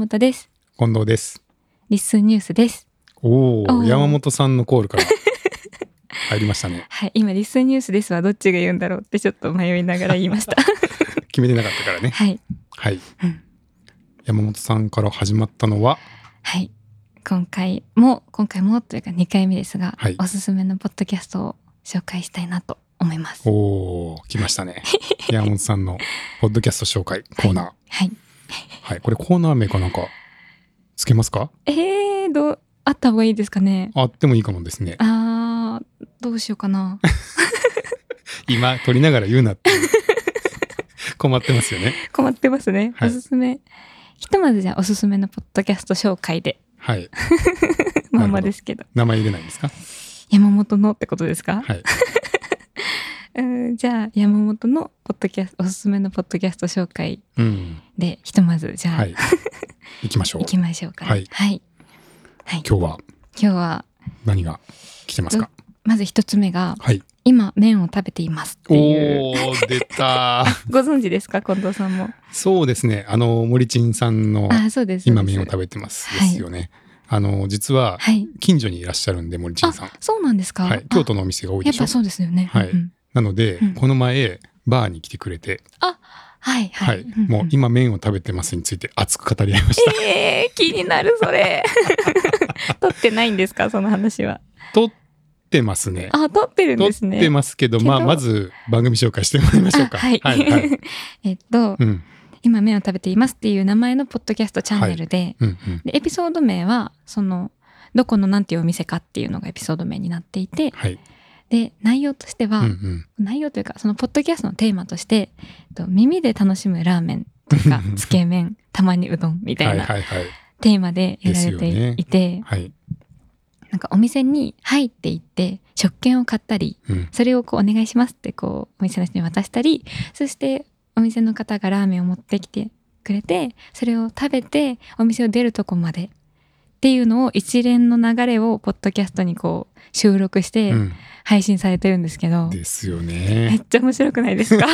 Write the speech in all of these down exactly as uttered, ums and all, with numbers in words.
本です。 近藤です。 リッスンニュースです。 おお、山本さんのコールから入りましたね。 はい、今リッスンニュースですはどっちが言うんだろうってちょっと迷いながら言いました。 決めてなかったからね。 はい。 はい、うん。山本さんから始まったのは、 はい。今回も今回もというかにかいめですが、 はい、 おすすめのポッドキャストを紹介したいなと思います。 おお、来ましたね。山本さんのポッドキャスト紹介コーナー。はい。 はい。 はい、これコーナー名かなんかつけますか？ えー、どうあった方がいいですかね。 あってもいいかもですね。 あー、どうしようかな。 今撮りながら言うなって困ってますよね。 困ってますね。 はい、 おすすめ。ひとまずじゃあおすすめのポッドキャスト紹介で。 はい。 まんまですけど。 名前入れないんですか？ 山本のってことですか？ はい。 うんじゃあ山本のポッドキャストおすすめのポッドキャスト紹介で、うん、ひとまずじゃあ、はい、 行きましょう。 行きましょうか、ね。 はい、 はいはい。 今日は今日は何が来てますか？ まず一つ目が、 はい、 今麺を食べていますっていう。 おー、出たご存知ですか、近藤さんも？ そうですね、あの森珍さんの今麺を食べてますですよね。はい、あの実は近所にいらっしゃるんで、森珍さん。 そうなんですか？ はい、京都のお店が多いでしょ。 やっぱそうですよね。 はい、 うんうん、 なので、うん、この前バーに来てくれて、 あ、はいはい、はい、 もう今麺を食べてますについて熱く語り合いました。 えー、気になるそれ。撮ってないんですか、その話は？ 撮ってますね。 あ、撮ってるんですね。 撮ってますけど、まあまず番組紹介してもらいましょうか。 はい、はいはい、えっと、うん、今麺を食べていますっていう名前のポッドキャストチャンネルで、はい、うんうん、でエピソード名はそのどこのなんていうお店かっていうのがエピソード名になっていて、はい、で内容としては、うんうん、内容というかそのポッドキャストのテーマとして耳で楽しむラーメンとかつけ麺たまにうどんみたいなテーマでやられていて、ね、はい、なんかお店に入っていって食券を買ったり、うん、それをこうお願いしますってこうお店の人に渡したり、そしてお店の方がラーメンを持ってきてくれてそれを食べてお店を出るとこまでっていうのを一連の流れをポッドキャストにこう収録して配信されてるんですけど、うん、 ですよね。 めっちゃ面白くないですか？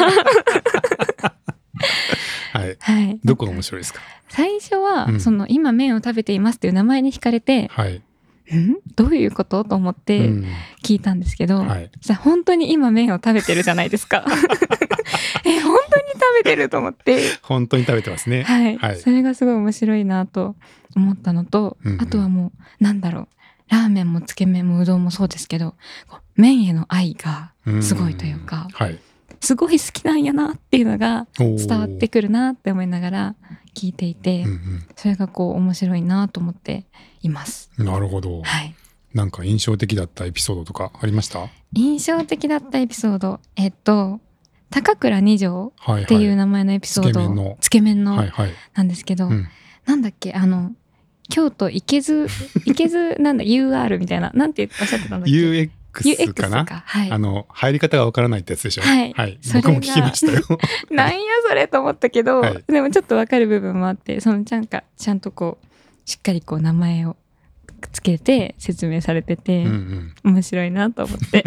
はい、はい、どこが面白いですか？ 最初は、うん、その今麺を食べていますっていう名前に惹かれて、はい、んどういうことと思って聞いたんですけど、うん、はい、じゃあ本当に今麺を食べてるじゃないですか。え本当に食べてると思って本当に食べてますね。 はい、はい、それがすごい面白いなと思ったのと、うんうん、あとはもうなんだろう、ラーメンもつけ麺もうどんもそうですけど麺への愛がすごいというか、うん、はい、すごい好きなんやなっていうのが伝わってくるなって思いながら聞いていて、うんうん、それがこう面白いなと思っています。 なるほど、はい、なんか印象的だったエピソードとかありました？印象的だったエピソード、えっと高倉二条っていう名前のエピソード、はいはい、つけ麺の、はいはい、なんですけど、うん、なんだっけ、あの京都池津池津なんだ ユーアール みたいな、なんておっしゃってたんだっけ？ ユーエックス かな、か、はい、あの入り方がわからないってやつでしょ。はい、はい、僕も聞きましたよ。 なんやそれと思ったけど、はい、でもちょっとわかる部分もあって、そのちゃんかちゃんとこうしっかりこう名前をつけて説明されてて、うんうん、面白いなと思って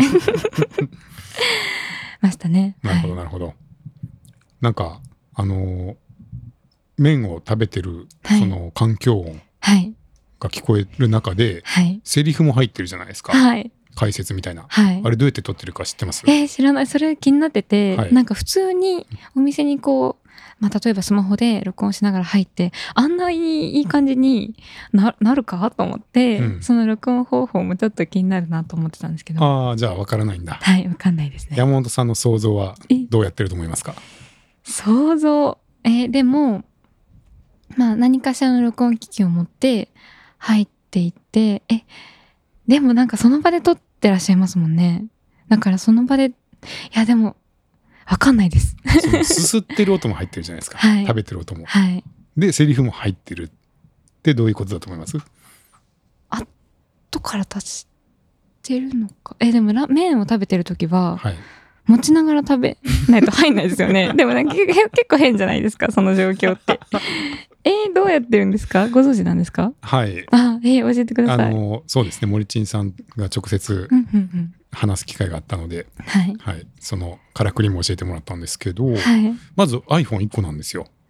ましたね。 なるほどなるほど、はい、なんかあのー、麺を食べてるその環境音が聞こえる中で、はい、セリフも入ってるじゃないですか、はい、解説みたいな、はい、あれどうやって撮ってるか知ってます？ えー、知らない。それ気になってて、はい、なんか普通にお店にこう、まあ、例えばスマホで録音しながら入ってあんないい、いい感じに な, なるかと思って、うん、その録音方法もちょっと気になるなと思ってたんですけど。 ああ、じゃあ分からないんだ。 はい、分かんないですね。 山本さんの想像はどうやってると思いますか？ 想像、えー、でもまあ何かしらの録音機器を持って入っていってえでもなんかその場で撮ってらっしゃいますもんね。だからその場でいやでもわかんないです。 すすってる音も入ってるじゃないですか、はい、食べてる音も、はい、でセリフも入ってるってどういうことだと思います？ あとから足してるのか。えでもラ麺を食べてる時は、はい、持ちながら食べないと入んないですよね。でもなんか結構変じゃないですか、その状況って。えー、どうやってるんですか？ご存知なんですか？ はい。 あ、えー、教えてください。 あのそうですね、森珍さんが直接話す機会があったので、はいはい、そのからくりも教えてもらったんですけど、はい、まず アイフォンいっこなんですよ。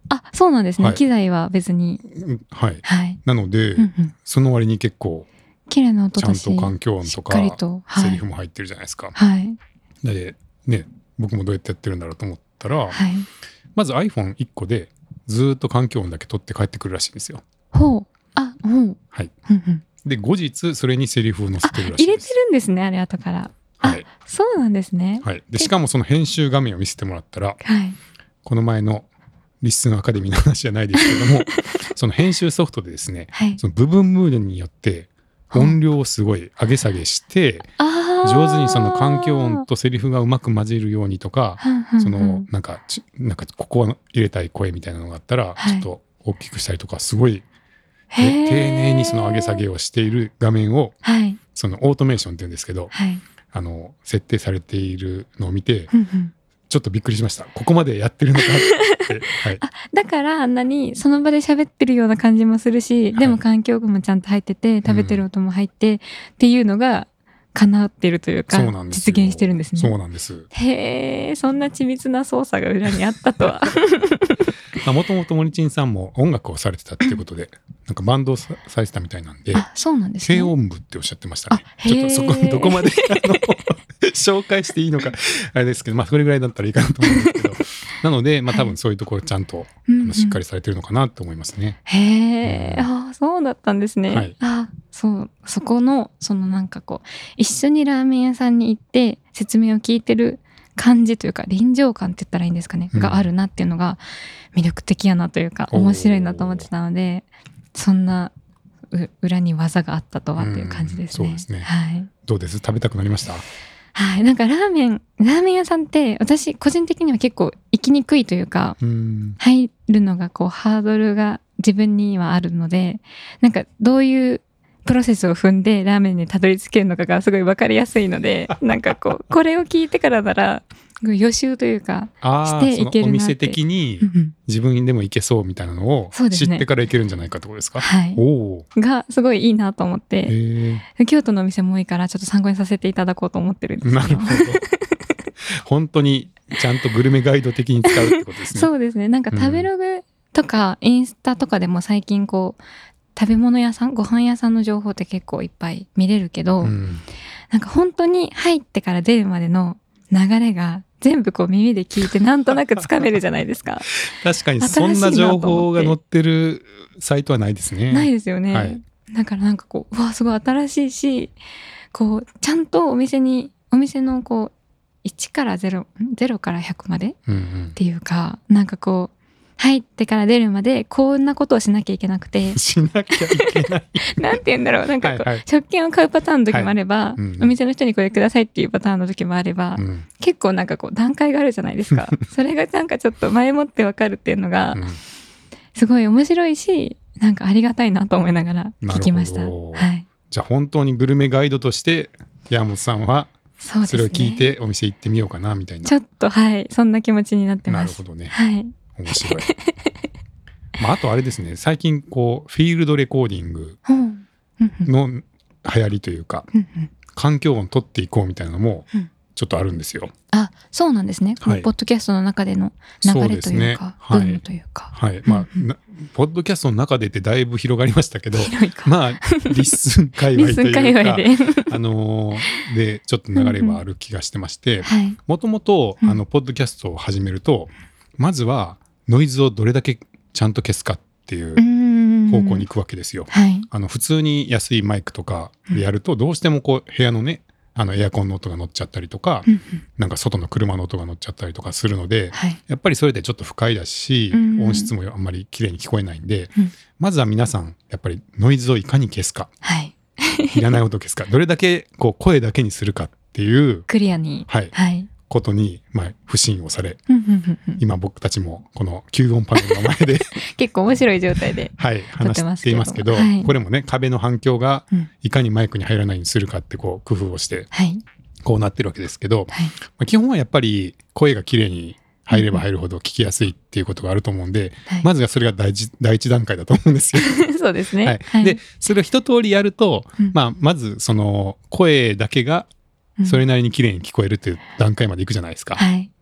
あ、そうなんですね、はい、機材は別に、 はい、はい、なので、うんうん、その割に結構綺麗な音だし、 ちゃんと環境音とかと、はい、セリフも入ってるじゃないですか。 はい、 でね、僕もどうやってやってるんだろうと思ったら、はい、まず アイフォンいっこでずっと環境音だけ取って帰ってくるらしいんですよ。 ほう、あ、ほう、 はい、うんうん、で後日それにセリフを載せてるらしいです。 入れてるんですね、あれ後から。はい、そうなんですね。 はい、でしかもその編集画面を見せてもらったら、はい、この前のリスンアカデミーの話じゃないですけどもその編集ソフトでですね、はい、その部分ムードによって音量をすごい上げ下げして、上手にその環境音とセリフがうまく混じるようにとか、そのなんかなんかここは入れたい声みたいなのがあったらちょっと大きくしたりとか、すごい丁寧にその上げ下げをしている画面を、そのオートメーションっていうんですけど、あの設定されているのを見て、ちょっとびっくりしました。ここまでやってるのかって、はい、 あ、だからあんなにその場で喋ってるような感じもするし、でも環境音もちゃんと入ってて、食べてる音も入って、うん、っていうのが叶ってるというか、実現してるんですね。 そうなんです。 へえ、そんな緻密な操作が裏にあったとは。 もともと森珍さんも音楽をされてたっていうことで、なんかバンドをされてたみたいなんで、 あ、そうなんですね。 軽音部っておっしゃってましたね。ちょっとそこどこまであの紹介していいのかあれですけど、まあそれぐらいだったらいいかなと思うんですけど、なのでまあ多分そういうところちゃんと、はい、あのしっかりされてるのかなと思いますね。 へえ、うん、あ、そうだったんですね。はい、あ、そう、そこのそのなんかこう一緒にラーメン屋さんに行って説明を聞いてる感じというか臨場感って言ったらいいんですかね、うん、があるなっていうのが魅力的やなというか面白いなと思ってたので、そんな裏に技があったとはっていう感じですね。 そうですね。 はい。 どうです？食べたくなりました？ はい、なんかラーメンラーメン屋さんって私個人的には結構行きにくいというか、うん、入るのがこうハードルが自分にはあるので、なんかどういうプロセスを踏んでラーメンにたどり着けるのかがすごい分かりやすいのでなんかこうこれを聞いてからなら予習というかしていけるなって。 お店的に自分でも行けそうみたいなのを知ってから行けるんじゃないかってことですか？ はい、おがすごいいいなと思って、京都のお店も多いからちょっと参考にさせていただこうと思ってるんですけど。なるほど本当にちゃんとグルメガイド的に使うってことですね。 そうですね。なんか食べログとかインスタとかでも最近こう食べ物屋さんご飯屋さんの情報って結構いっぱい見れるけど、うん、なんか本当に入ってから出るまでの流れが全部こう耳で聞いてなんとなくつかめるじゃないですか。 確かにそんな情報が載ってるサイトはないですね。 ないですよね、はい、だからなんかこううわすごい新しいし、こうちゃんとお店にお店のこういちからゼロ、ゼロからひゃくまでっていうか、うんうん、なんかこう入ってから出るまでこんなことをしなきゃいけなくてしなきゃいけないなんて言うんだろう、なんかこう、はいはい、食券を買うパターンの時もあれば、はいうんうん、お店の人にこれくださいっていうパターンの時もあれば、うん、結構なんかこう段階があるじゃないですかそれがなんかちょっと前もってわかるっていうのが、うん、すごい面白いし、なんかありがたいなと思いながら聞きました。はい、 じゃあ本当にグルメガイドとして山本さんはそれを聞いてお店行ってみようかなみたいな、 ちょっとはいそんな気持ちになってます。 なるほどね、 はい、 面白いまあ、あとあれですね、最近こうフィールドレコーディングの流行りというか、うんうん、環境音取っていこうみたいなのもちょっとあるんですよ。 あ、そうなんですね。はい、このポッドキャストの中での流れというか、ブームというか、 はい、はい、まあ、うんうん、ポッドキャストの中でってだいぶ広がりましたけど、まあリッスン界隈というかであのー、でちょっと流れはある気がしてまして、もともとあのポッドキャストを始めると、まずはノイズをどれだけちゃんと消すかっていう方向に行くわけですよ。はい、あの普通に安いマイクとかでやるとどうしてもこう部屋のね、あのエアコンの音が乗っちゃったりとか、うんうん、なんか外の車の音が乗っちゃったりとかするので、はい、やっぱりそれでちょっと不快だし、音質もあんまり綺麗に聞こえないんで、うん、まずは皆さんやっぱりノイズをいかに消すか、はい、いらない音を消すか、どれだけこう声だけにするかっていうクリアに、 はいはい、ことに、まあ、不信をされ、うんうんうんうん、今僕たちもこの吸音パネルの前で結構面白い状態ではい、話していますけど、はい、これもね壁の反響がいかにマイクに入らないようにするかってこう工夫をして、はい、こうなってるわけですけど、はい、まあ、基本はやっぱり声がきれいに入れば入るほど聞きやすいっていうことがあると思うんで、はい、まずはそれが第一、第一段階だと思うんですよそうですね、 はいはい、でそれを一通りやると、うん、まあ、まずその声だけがそれなりに綺麗に聞こえるっていう段階までいくじゃないですか、はい、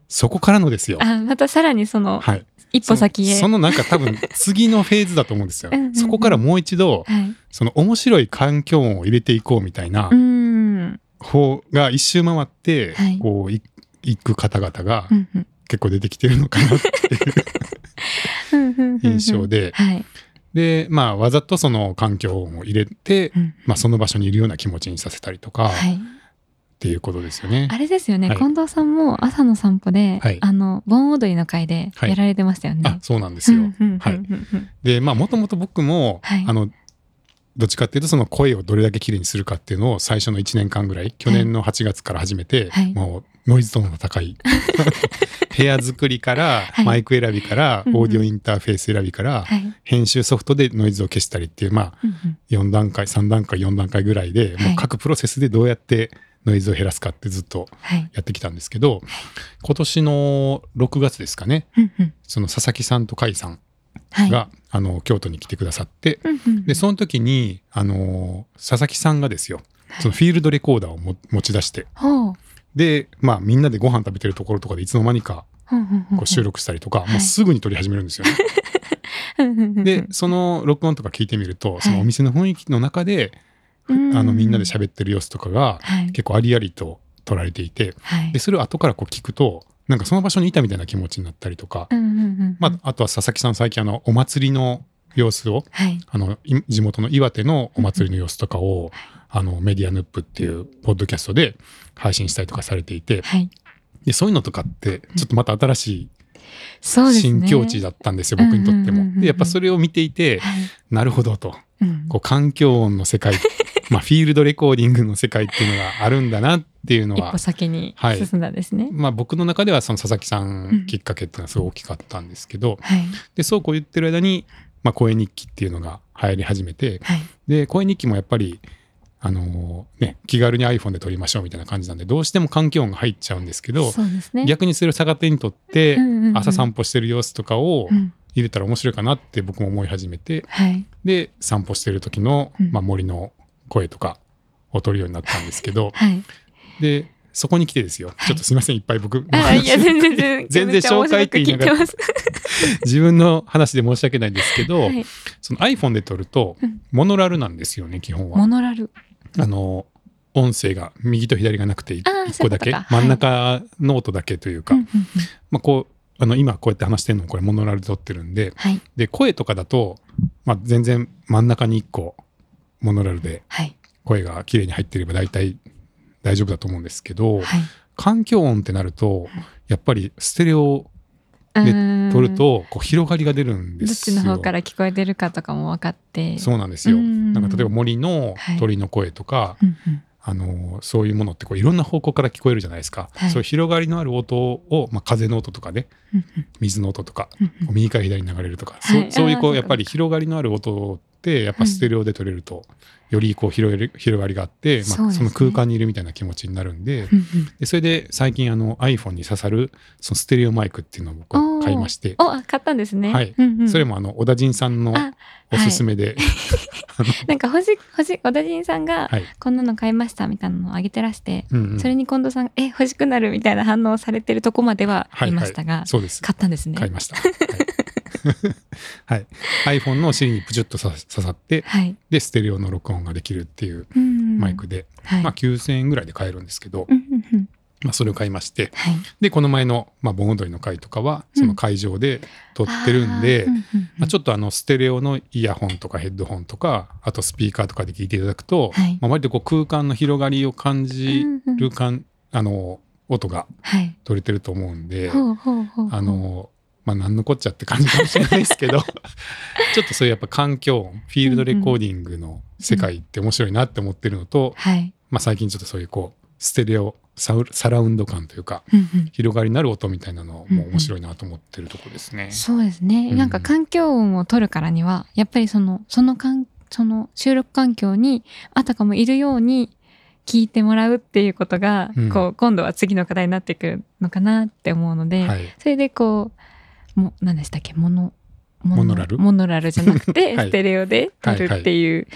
そこからのですよ。 あ、またさらにその、はい、一歩先へ。 その、そのなんか多分次のフェーズだと思うんですよ。うんうんうん、そこからもう一度、はい、その面白い環境音を入れていこうみたいな方が一周回って、はい、こうい行く方々が結構出てきてるのかなっていう印象で、はい、で、まあ、わざとその環境音を入れて、うん、まあ、その場所にいるような気持ちにさせたりとか、はい、っていうことですよね。 あれですよね、はい、近藤さんも朝の散歩で、はい、あの盆踊りの会でやられてましたよね。 はい、あ、そうなんですよ。はい。で、まあもともと僕も、はい、あのどっちかっていうとその声をどれだけきれいにするかっていうのを最初のいちねんかんぐらい、去年のはちがつから始めて、はい、もうノイズトーンの高い部屋作りから、はい、マイク選びから、オーディオインターフェース選びから、はい、編集ソフトでノイズを消したりっていうまあ、うんうん、よんだんかいさんだんかいよんだんかいぐらいで、はい、もう各プロセスでどうやってノイズを減らすかってずっとやってきたんですけど、はい、今年のろくがつですかね、うんうん、その佐々木さんと甲斐さんが、はい、あの京都に来てくださって、うんうん、でその時にあの佐々木さんがですよ、そのフィールドレコーダーをも持ち出して、はい、で、まあ、みんなでご飯食べてるところとかでいつの間にかこう収録したりとか、はい、もうすぐに撮り始めるんですよね。でその録音とか聞いてみると、そのお店の雰囲気の中で、はい、あのみんなで喋ってる様子とかが結構ありありと撮られていて、はい、でそれを後からこう聞くとなんかその場所にいたみたいな気持ちになったりとか、うんうんうんうん、まあ、あとは佐々木さん最近あのお祭りの様子を、はい、あの地元の岩手のお祭りの様子とかを、うん、あのメディアヌップっていうポッドキャストで配信したりとかされていて、はい、でそういうのとかってちょっとまた新しい新境地だったんですよ、僕にとっても。でやっぱそれを見ていて、はい、なるほどと、うん、こう環境音の世界まあフィールドレコーディングの世界っていうのがあるんだなっていうのは一歩先に進んだんですね。 はい、まあ、僕の中ではその佐々木さんきっかけっていうのはすごい大きかったんですけど、うん、はい、でそうこう言ってる間に、まあ、声日記っていうのが流行り始めて、はい、で声日記もやっぱりあのーね、気軽に iPhone で撮りましょうみたいな感じなんでどうしても環境音が入っちゃうんですけど、そうですね、逆にそれを逆手にとって、うんうんうん、朝散歩してる様子とかを入れたら面白いかなって僕も思い始めて、はい、で散歩してる時の、まあ、森の声とかを撮るようになったんですけど、はい、でそこに来てですよ、はい、ちょっとすいませんいっぱい僕あいや全然全然全然紹介って言いながら自分の話で申し訳ないんですけど、はい、その iPhone で撮るとモノラルなんですよね、基本は。 モノラル、 あの音声が右と左がなくていっこだけ、真ん中の音だけというか、はい、まあ、こうあの今こうやって話してるのもこれモノラルで撮ってるんで、はい、で声とかだと、まあ、全然真ん中にいっこモノラルで声が綺麗に入っていれば大体大丈夫だと思うんですけど、はい、環境音ってなるとやっぱりステレオで撮るとこう広がりが出るんですよ。 どっちの方から聞こえてるかとかも分かって。 そうなんですよ。なんか例えば森の鳥の声とか、はい、あのそういうものってこういろんな方向から聞こえるじゃないですか、はい、そういう広がりのある音を、まあ、風の音とかね、水の音とか、右から左に流れるとか、はい、そ, そういうこうやっぱり広がりのある音ってやっぱステレオで撮れると、よりこう広がり、広がりがあって、まあ、その空間にいるみたいな気持ちになるんで、でそれで最近あの iPhone に刺さるそのステレオマイクっていうのを僕は買いまして、 お買ったんですね。 はい、うんうん、それもあの小田陣さんのおすすめで、 はい、なんか星星小田陣さんがこんなの買いましたみたいなのをあげてらして、はい、それに近藤さんがえ欲しくなるみたいな反応をされてるとこまでは言いましたが、はいはい、そうです、買ったんですね。 買いました。はいはい、iPhone の尻にプチュッと刺さって、はい、でステレオの録音ができるっていうマイクで、はい、まあ、きゅうせんえんぐらいで買えるんですけど、うんうんうん、まあ、それを買いまして、はい、でこの前の、まあ、盆踊りの回とかはその会場で撮ってるんで、うん、まあ、ちょっとあのステレオのイヤホンとかヘッドホンとかあとスピーカーとかで聞いていただくと、はい、まあ、割とこう空間の広がりを感じるかん、うんうん、あの音が取れてると思うんで、はい、あのまあ、何のこっちゃって感じかもしれないですけどちょっとそういうやっぱ環境音フィールドレコーディングの世界って面白いなって思ってるのと、うんうん、はい、まあ、最近ちょっとそういうこうステレオサウサラウンド感というか、うんうん、広がりのある音みたいなのも面白いなと思ってるところですね、うんうん、 そうですね、うん、なんか環境音を取るからにはやっぱりそのそのかんその収録環境にあたかもいるように聞いてもらうっていうことが、うん、こう今度は次の課題になってくるのかなって思うので、はい、それでこうも何でしたっけモノモノラルモノラルじゃなくて、はい、ステレオで撮るっていう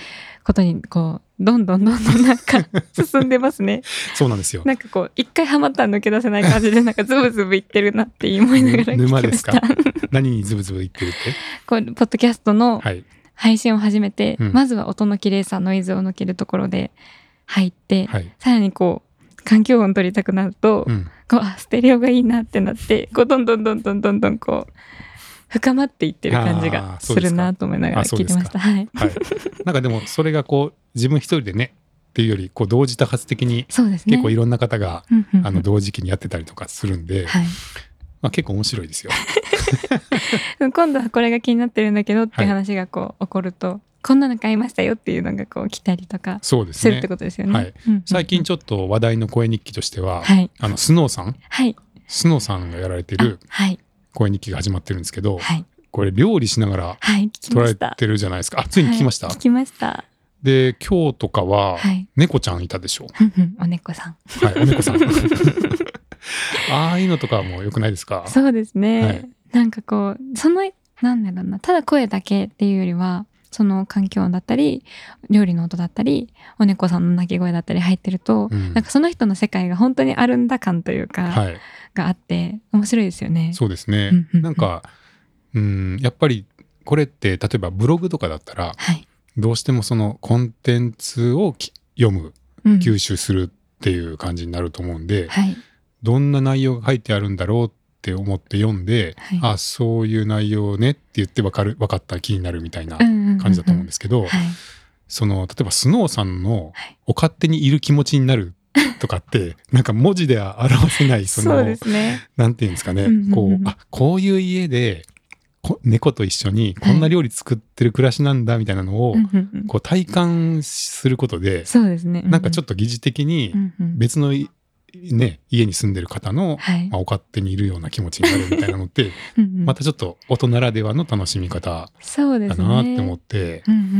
ことにこうどんどんどんどんなんか進んでますね。 そうなんですよ。 なんかこう一回ハマったら抜け出せない感じでなんかズブズブいってるなって思いながら聞きました。 沼ですか？何にズブズブいってるって？ こうポッドキャストの配信を始めて、 はい、 まずは音の綺麗さ、ノイズを抜けるところで入って、 はい、 さらにこう環境音取りたくなると、うん、こうあステレオがいいなってなってこうどんどんどんどんどんどんこう深まっていってる感じがするなと思いながら聞いてました。はい、はい、 なんかでもそれがこう自分一人でねっていうよりこう同時多発的に結構いろんな方が、ね、あの同時期にやってたりとかするんで、はい、まあ、結構面白いですよ。 今度はこれが気になってるんだけどっていう話がこう起こると、はい、こんなの買いましたよっていうのがこう来たりとかするってことですよね。 はい、うんうんうん、最近ちょっと話題の声日記としては、はい、あのスノーさん、はい、スノーさんがやられてる声日記が始まってるんですけど、はい、これ料理しながら撮られてるじゃないですか。はい、あ、ついに聞きました？ はい、聞きました。 で今日とかは猫ちゃんいたでしょ。 はい、お猫さん。 はい、お猫さん。ああいうのとかも良くないですか？ そうですね。はい、なんかこうそのなんだろうな、ただ声だけっていうよりはその環境音だったり料理の音だったりお猫さんの鳴き声だったり入ってると、うん、なんかその人の世界が本当にあるんだ感というか、はい、があって面白いですよね。 そうですね。なんかうんやっぱりこれって例えばブログとかだったら、はい、どうしてもそのコンテンツを読む、吸収するっていう感じになると思うんで、うん、はい、どんな内容が書いてあるんだろうって思って読んで、はい、あそういう内容ねって言って分かる分かった気になるみたいな感じだと思うんですけど、その例えばスノーさんのお勝手にいる気持ちになるとかってなんか文字では表せないそのそうですね、なんていうんですかね、こうあこういう家で猫と一緒にこんな料理作ってる暮らしなんだみたいなのをこう体感することで、そうですね、なんかちょっと疑似的に別のね、家に住んでる方の、はいまあ、お勝手にいるような気持ちになるみたいなのってうん、またちょっと大人ならではの楽しみ方だなって思って、うんうんうん、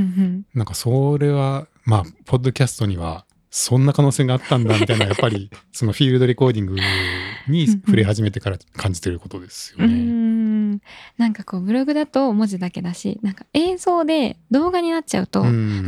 なんかそれはまあポッドキャストにはそんな可能性があったんだみたいなやっぱりそのフィールドレコーディングに触れ始めてから感じてることですよね。 うんなんかこうブログだと文字だけだしなんか映像で動画になっちゃうと、うん、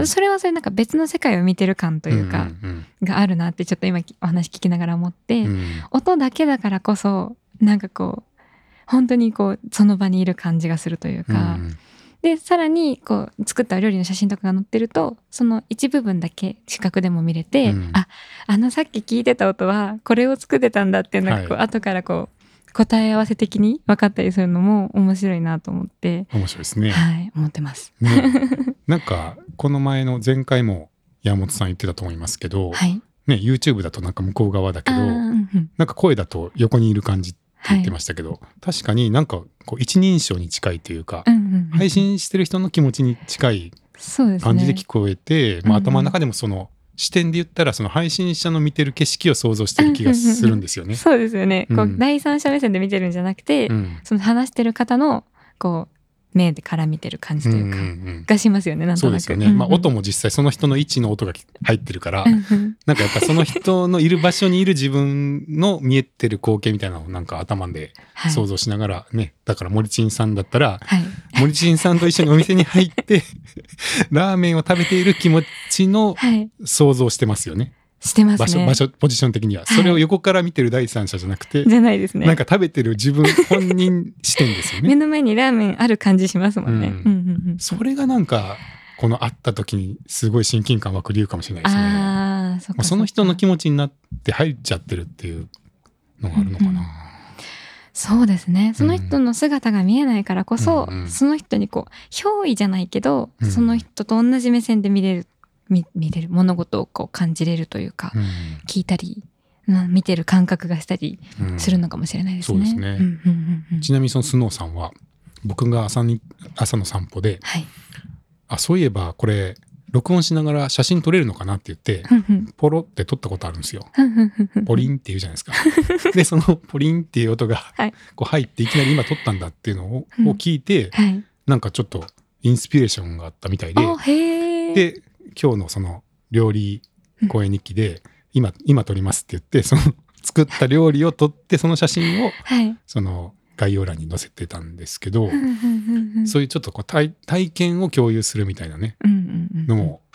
それはそれなんか別の世界を見てる感というか、うんうんうん、があるなってちょっと今お話聞きながら思って、うん、音だけだからこそなんかこう本当にこうその場にいる感じがするというか、うん、でさらにこう作った料理の写真とかが載ってるとその一部分だけ視覚でも見れて、うん、ああのさっき聞いてた音はこれを作ってたんだっていうのがこう、はい、後からこう答え合わせ的に分かったりするのも面白いなと思って面白いですね。 はい思ってます、 ね、なんかこの前の前回も山本さん言ってたと思いますけど、はいね、YouTube だとなんか向こう側だけど、うん、なんか声だと横にいる感じって言ってましたけど、はい、確かになんかこう一人称に近いというか、うんうんうん、配信してる人の気持ちに近い感じで聞こえて、まあ、頭の中でもその視点で言ったらその配信者の見てる景色を想像してる気がするんですよね。 そうですよね、うん、こう第三者目線で見てるんじゃなくて、うん、その話してる方のこう目から見てる感じというか、うんうんうん、がしますよね。なんとなくそうですよね、まあ、音も実際その人の位置の音が入ってるからなんかやっぱその人のいる場所にいる自分の見えてる光景みたいなのをなんか頭で想像しながらね、はい、だから森珍さんだったら、はい、森珍さんと一緒にお店に入ってラーメンを食べている気持ちの想像してますよね。 してますね。 場所、場所、ポジション的には、はい、それを横から見てる第三者じゃなくてじゃないですね。 なんか食べてる自分本人視点ですよね。 目の前にラーメンある感じしますもんね、うんうんうん、それがなんかこの会った時にすごい親近感湧く理由かもしれないですね。あそっかそっか、まあ、その人の気持ちになって入っちゃってるっていうのがあるのかな、うんうん、 そうですね。その人の姿が見えないからこそ、うんうん、その人にこう憑依じゃないけど、うん、その人と同じ目線で見れる見, 見れる物事をこう感じれるというか、うん、聞いたり、うん、見てる感覚がしたりするのかもしれないですね。 うん、そうですね、うんうんうん、ちなみにそのスノーさんは僕が 朝, に朝の散歩で、はい、あそういえばこれ録音しながら写真撮れるのかなって言ってポロって撮ったことあるんですよ。ポリンって言うじゃないですかでそのポリンっていう音がこう入っていきなり今撮ったんだっていうの を,、うん、を聞いて、はい、なんかちょっとインスピレーションがあったみたいで、へで今日のその料理声日記で、うん、今今撮りますって言ってその作った料理を撮ってその写真を、はい、その概要欄に載せてたんですけど、そういうちょっとこう 体, 体験を共有するみたいなね、うんうんうん、のも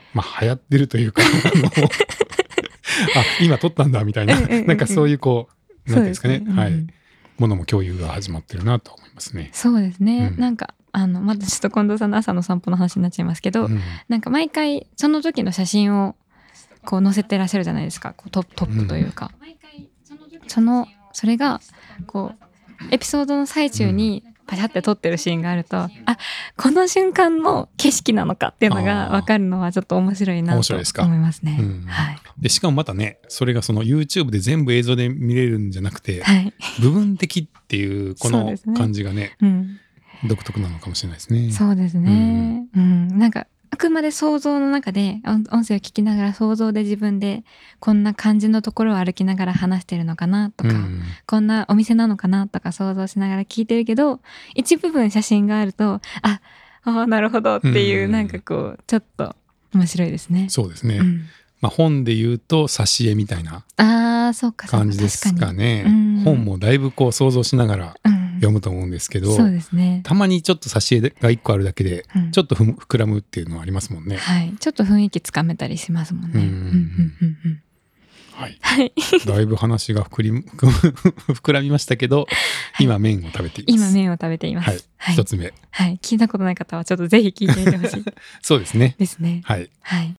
まあ流行ってるというかあのあ今撮ったんだみたいな、うんうんうんうん、なんかそういうこうなんていうんですかね、ね、はい、うん、ものも共有が始まってるなと思いますね。 そうですね、うん、なんかあのまたちょっと近藤さんの朝の散歩の話になっちゃいますけど、うん、なんか毎回その時の写真をこう載せてらっしゃるじゃないですか、こう ト, トップというか、うん、そのそれがこうエピソードの最中にパシャって撮ってるシーンがあると、うん、あこの瞬間の景色なのかっていうのが分かるのはちょっと面白いなと思いますね。うん、はい、 でしかもまたねそれがその YouTube で全部映像で見れるんじゃなくて、はい、部分的っていうこの感じが ね, ね、うん、独特なのかもしれないですね。 そうですね、うん、うん、なんかあくまで想像の中で音声を聞きながら想像で自分でこんな感じのところを歩きながら話してるのかなとか、うん、こんなお店なのかなとか想像しながら聞いてるけど一部分写真があるとああなるほどっていう、うん、なんかこうちょっと面白いですね。 そうですね、うん、まあ、本で言うと挿絵みたいな感じですかね。かうん、本もだいぶこう想像しながら読むと思うんですけど、うん、そうですね、たまにちょっと挿絵がいっこあるだけでちょっとふ膨らむっていうのはありますもんね。 はい、ちょっと雰囲気つかめたりしますもんね。うんうんうんうん、 はい、はい、だいぶ話が膨り膨らみましたけど、はい、今麺を食べています。 今麺を食べています。 はい、はい、一つ目、 はい、聞いたことない方はちょっとぜひ聞いてみてほしいそうですね。 ですね。 はい、 はい。